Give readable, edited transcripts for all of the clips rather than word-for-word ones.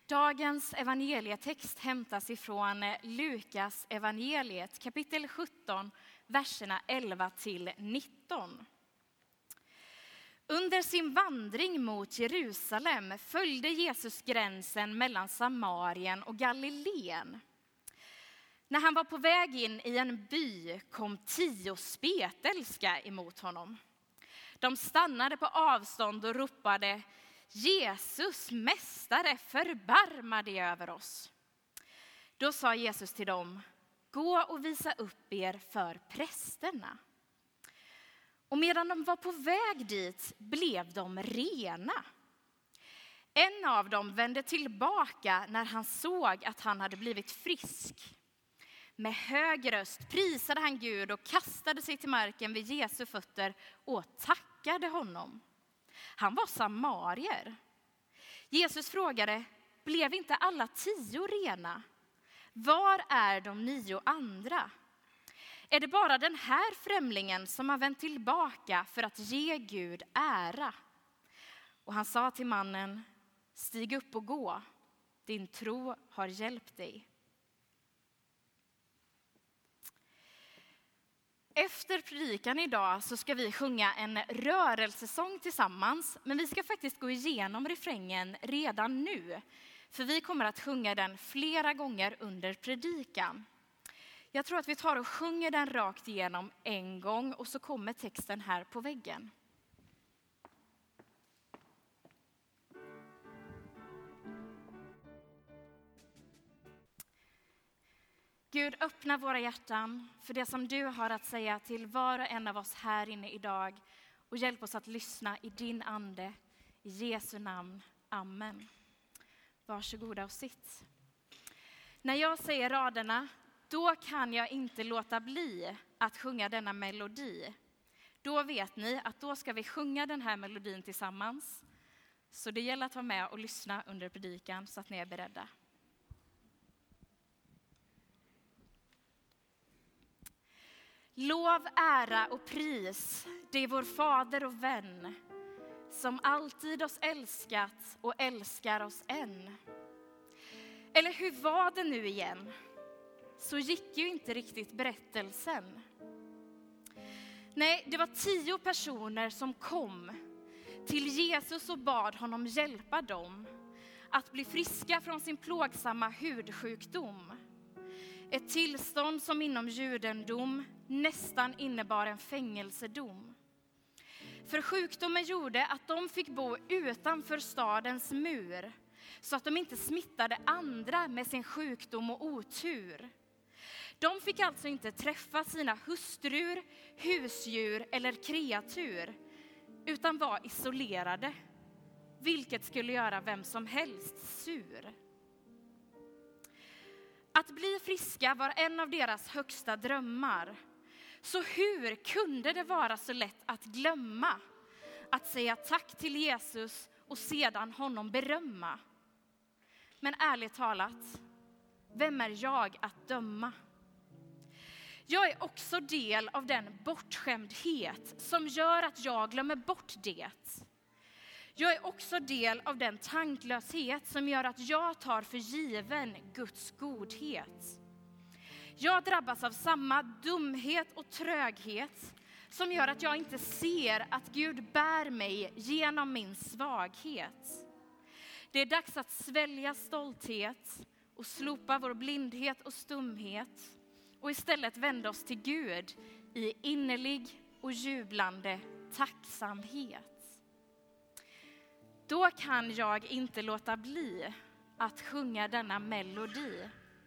Dagens evangelietext hämtas ifrån Lukas evangeliet, kapitel 17, verserna 11 till 19. Under sin vandring mot Jerusalem följde Jesus gränsen mellan Samarien och Galileen. När han var på väg in i en by kom 10 spetälska emot honom. De stannade på avstånd och ropade: Jesus, mästare, förbarma dig över oss. Då sa Jesus till dem: gå och visa upp er för prästerna. Och medan de var på väg dit blev de rena. En av dem vände tillbaka när han såg att han hade blivit frisk. Med hög röst prisade han Gud och kastade sig till marken vid Jesu fötter och tackade honom. Han var samarier. Jesus frågade: blev inte alla 10 rena? Var är de 9 andra? Är det bara den här främlingen som har vänt tillbaka för att ge Gud ära? Och han sa till mannen: stig upp och gå. Din tro har hjälpt dig. Efter predikan idag så ska vi sjunga en rörelsesång tillsammans. Men vi ska faktiskt gå igenom refrängen redan nu. För vi kommer att sjunga den flera gånger under predikan. Jag tror att vi tar och sjunger den rakt igenom en gång och så kommer texten här på väggen. Gud, öppna våra hjärtan för det som du har att säga till var och en av oss här inne idag. Och hjälp oss att lyssna i din ande. I Jesu namn. Amen. Varsågoda och sitt. När jag säger raderna, då kan jag inte låta bli att sjunga denna melodi. Då vet ni att då ska vi sjunga den här melodin tillsammans. Så det gäller att vara med och lyssna under predikan så att ni är beredda. Lov, ära och pris, det är vår fader och vän, som alltid oss älskat och älskar oss än. Eller hur var det nu igen? Så gick ju inte riktigt berättelsen. Nej, det var 10 personer som kom till Jesus och bad honom hjälpa dem att bli friska från sin plågsamma hudsjukdom. Ett tillstånd som inom judendom nästan innebar en fängelsedom. För sjukdomen gjorde att de fick bo utanför stadens mur, så att de inte smittade andra med sin sjukdom och otur. De fick alltså inte träffa sina hustrur, husdjur eller kreatur, utan var isolerade, vilket skulle göra vem som helst sur. Att bli friska var en av deras högsta drömmar. Så hur kunde det vara så lätt att glömma? Att säga tack till Jesus och sedan honom berömma. Men ärligt talat, vem är jag att döma? Jag är också del av den bortskämdhet som gör att jag glömmer bort det. Jag är också del av den tanklöshet som gör att jag tar för given Guds godhet. Jag drabbas av samma dumhet och tröghet som gör att jag inte ser att Gud bär mig genom min svaghet. Det är dags att svälja stolthet och slopa vår blindhet och stumhet och istället vända oss till Gud i innerlig och jublande tacksamhet. Då kan jag inte låta bli att sjunga denna melodi.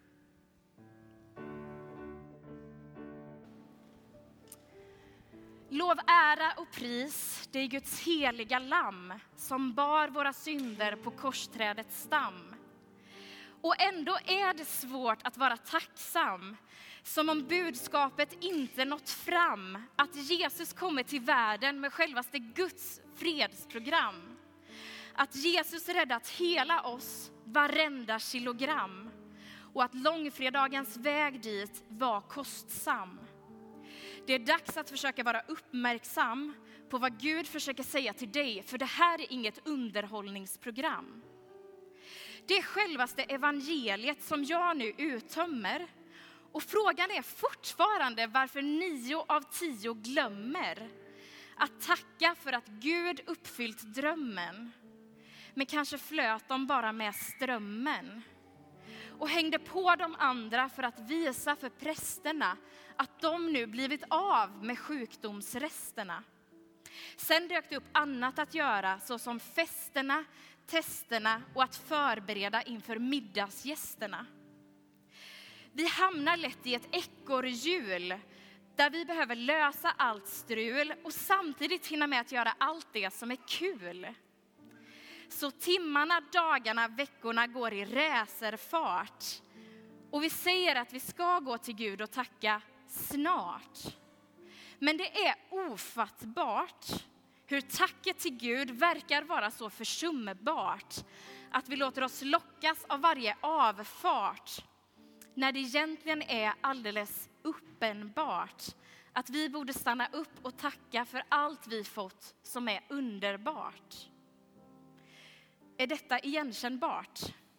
Lov, ära och pris, det är Guds heliga lamm som bar våra synder på korsträdets stam. Och ändå är det svårt att vara tacksam, som om budskapet inte nått fram, att Jesus kommer till världen med självaste Guds fredsprogram. Att Jesus räddat hela oss, varenda kilogram. Och att långfredagens väg dit var kostsam. Det är dags att försöka vara uppmärksam på vad Gud försöker säga till dig. För det här är inget underhållningsprogram. Det är självaste evangeliet som jag nu uttömmer. Och frågan är fortfarande varför 9 av 10 glömmer att tacka för att Gud uppfyllt drömmen. Men kanske flöt de bara med strömmen. Och hängde på de andra för att visa för prästerna att de nu blivit av med sjukdomsresterna. Sen dök det upp annat att göra, såsom festerna, testerna och att förbereda inför middagsgästerna. Vi hamnar lätt i ett ekorrhjul där vi behöver lösa allt strul och samtidigt hinna med att göra allt det som är kul. Så timmarna, dagarna, veckorna går i racerfart. Och vi säger att vi ska gå till Gud och tacka snart. Men det är ofattbart hur tacket till Gud verkar vara så försumbart att vi låter oss lockas av varje avfart, när det egentligen är alldeles uppenbart att vi borde stanna upp och tacka för allt vi fått som är underbart. Är detta igenkännbart?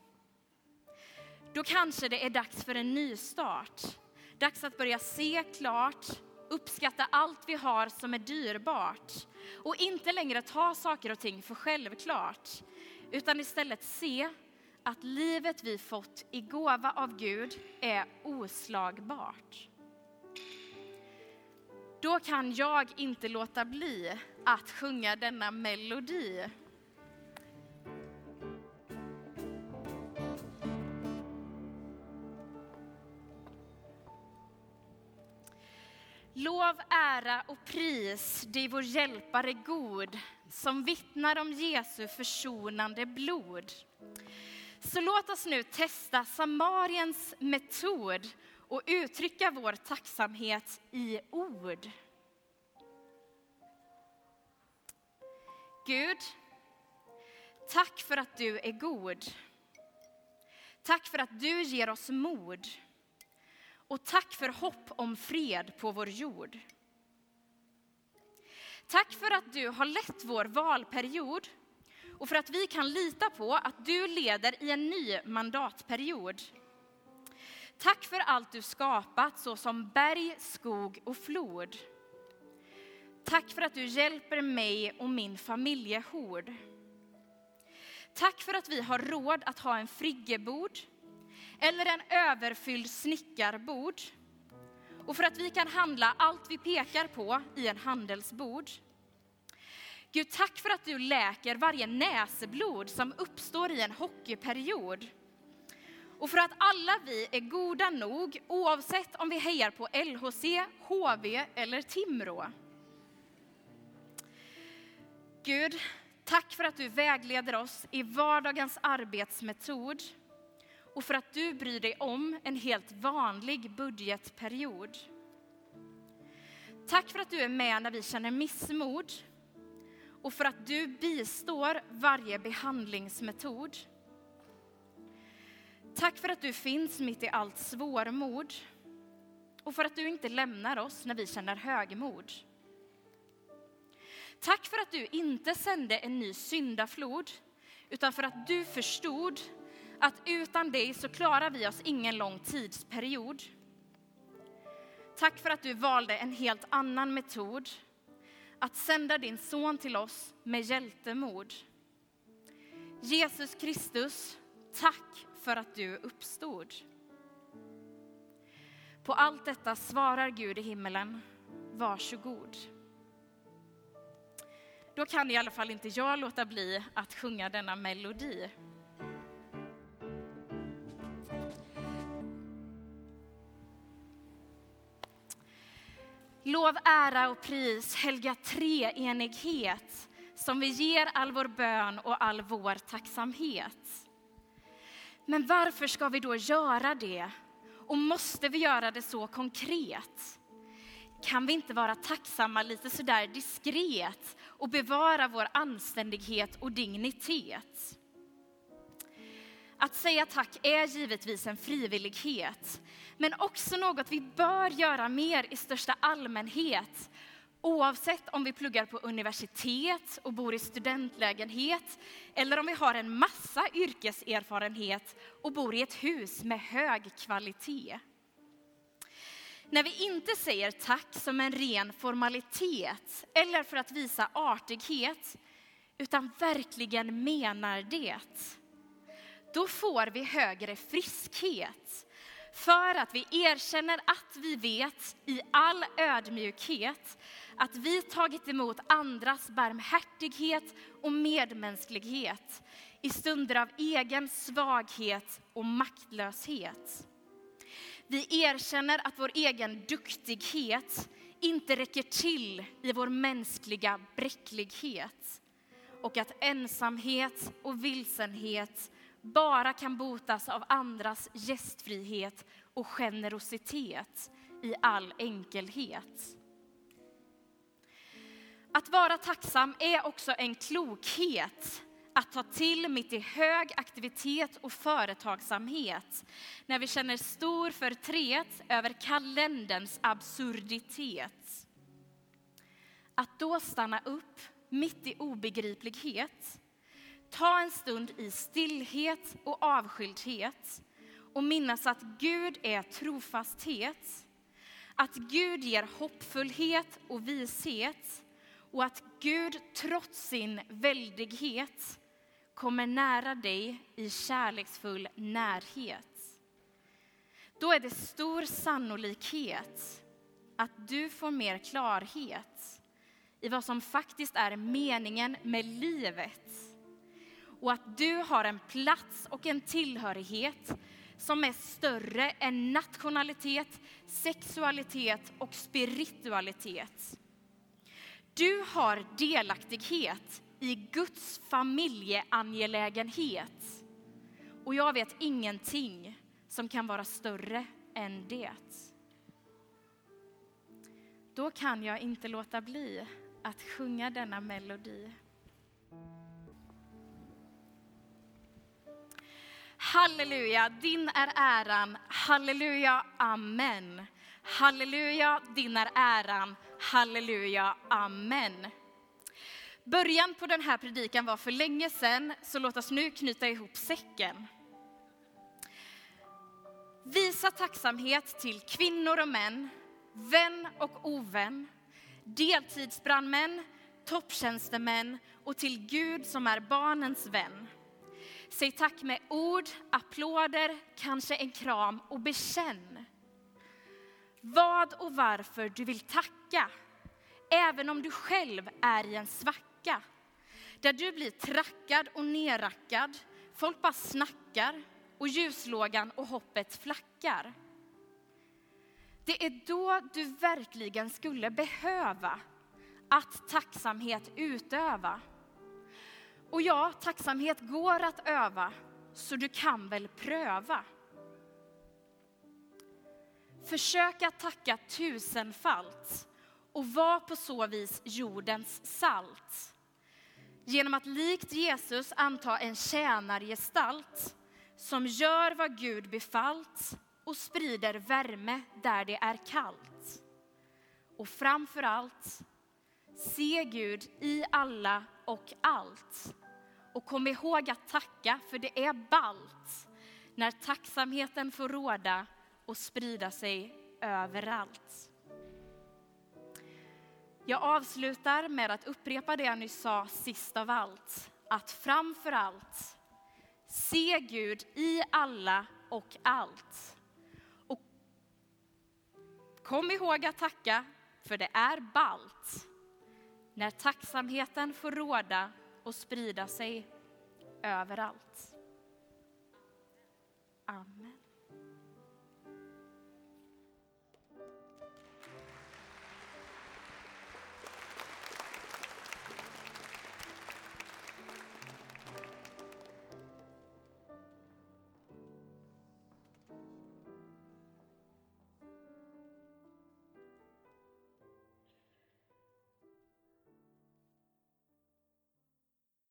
Då kanske det är dags för en ny start. Dags att börja se klart, uppskatta allt vi har som är dyrbart. Och inte längre ta saker och ting för självklart. Utan istället se att livet vi fått i gåva av Gud är oslagbart. Då kan jag inte låta bli att sjunga denna melodi. Lov, ära och pris, det är vår hjälpare god, som vittnar om Jesu försonande blod. Så låt oss nu testa Samariens metod och uttrycka vår tacksamhet i ord. Gud, tack för att du är god. Tack för att du ger oss mod. Och tack för hopp om fred på vår jord. Tack för att du har lett vår valperiod och för att vi kan lita på att du leder i en ny mandatperiod. Tack för allt du skapat, såsom berg, skog och flod. Tack för att du hjälper mig och min familjehord. Tack för att vi har råd att ha en friggebod eller en överfylld snickarbord. Och för att vi kan handla allt vi pekar på i en handelsbord. Gud, tack för att du läker varje näsblod som uppstår i en hockeyperiod. Och för att alla vi är goda nog, oavsett om vi hejar på LHC, HV eller Timrå. Gud, tack för att du vägleder oss i vardagens arbetsmetod. Och för att du bryr dig om en helt vanlig budgetperiod. Tack för att du är med när vi känner missmod. Och för att du bistår varje behandlingsmetod. Tack för att du finns mitt i allt svårmod. Och för att du inte lämnar oss när vi känner högmod. Tack för att du inte sände en ny syndaflod. Utan för att du förstod att utan dig så klarar vi oss ingen lång tidsperiod. Tack för att du valde en helt annan metod. Att sända din son till oss med hjältemod. Jesus Kristus, tack för att du uppstod. På allt detta svarar Gud i himmelen, varsågod. Då kan i alla fall inte jag låta bli att sjunga denna melodi. Lov, ära och pris, helga treenighet, som vi ger all vår bön och all vår tacksamhet. Men varför ska vi då göra det? Och måste vi göra det så konkret? Kan vi inte vara tacksamma lite sådär diskret och bevara vår anständighet och dignitet? Att säga tack är givetvis en frivillighet, men också något vi bör göra mer i största allmänhet. Oavsett om vi pluggar på universitet och bor i studentlägenhet eller om vi har en massa yrkeserfarenhet och bor i ett hus med hög kvalitet. När vi inte säger tack som en ren formalitet eller för att visa artighet, utan verkligen menar det, då får vi högre friskhet. För att vi erkänner att vi vet i all ödmjukhet att vi tagit emot andras barmhärtighet och medmänsklighet i stunder av egen svaghet och maktlöshet. Vi erkänner att vår egen duktighet inte räcker till i vår mänskliga bräcklighet och att ensamhet och vilsenhet bara kan botas av andras gästfrihet och generositet i all enkelhet. Att vara tacksam är också en klokhet att ta till mitt i hög aktivitet och företagsamhet när vi känner stor förtret över kalenderns absurditet. Att då stanna upp mitt i obegriplighet, ta en stund i stillhet och avskildhet och minnas att Gud är trofasthet, att Gud ger hoppfullhet och vishet och att Gud trots sin väldighet kommer nära dig i kärleksfull närhet. Då är det stor sannolikhet att du får mer klarhet i vad som faktiskt är meningen med livet. Och att du har en plats och en tillhörighet som är större än nationalitet, sexualitet och spiritualitet. Du har delaktighet i Guds familjeangelägenhet. Och jag vet ingenting som kan vara större än det. Då kan jag inte låta bli att sjunga denna melodi. Halleluja, din är äran. Halleluja, amen. Halleluja, din är äran. Halleluja, amen. Början på den här predikan var för länge sedan, så låt oss nu knyta ihop säcken. Visa tacksamhet till kvinnor och män, vän och ovän, deltidsbrandmän, topptjänstemän och till Gud som är barnens vän. Säg tack med ord, applåder, kanske en kram och bekänn. Vad och varför du vill tacka, även om du själv är i en svacka. Där du blir trackad och nerrackad, folk bara snackar och ljuslågan och hoppet flackar. Det är då du verkligen skulle behöva att tacksamhet utöva. Och ja, tacksamhet går att öva, så du kan väl pröva. Försök att tacka tusenfalt och var på så vis jordens salt. Genom att likt Jesus anta en tjänargestalt som gör vad Gud befallt och sprider värme där det är kallt. Och framför allt, se Gud i alla och allt. Och kom ihåg att tacka, för det är ballt när tacksamheten får råda och sprida sig överallt. Jag avslutar med att upprepa det jag nyss sa sist av allt. Att framför allt se Gud i alla och allt. Och kom ihåg att tacka, för det är ballt när tacksamheten får råda och sprida sig överallt. Amen.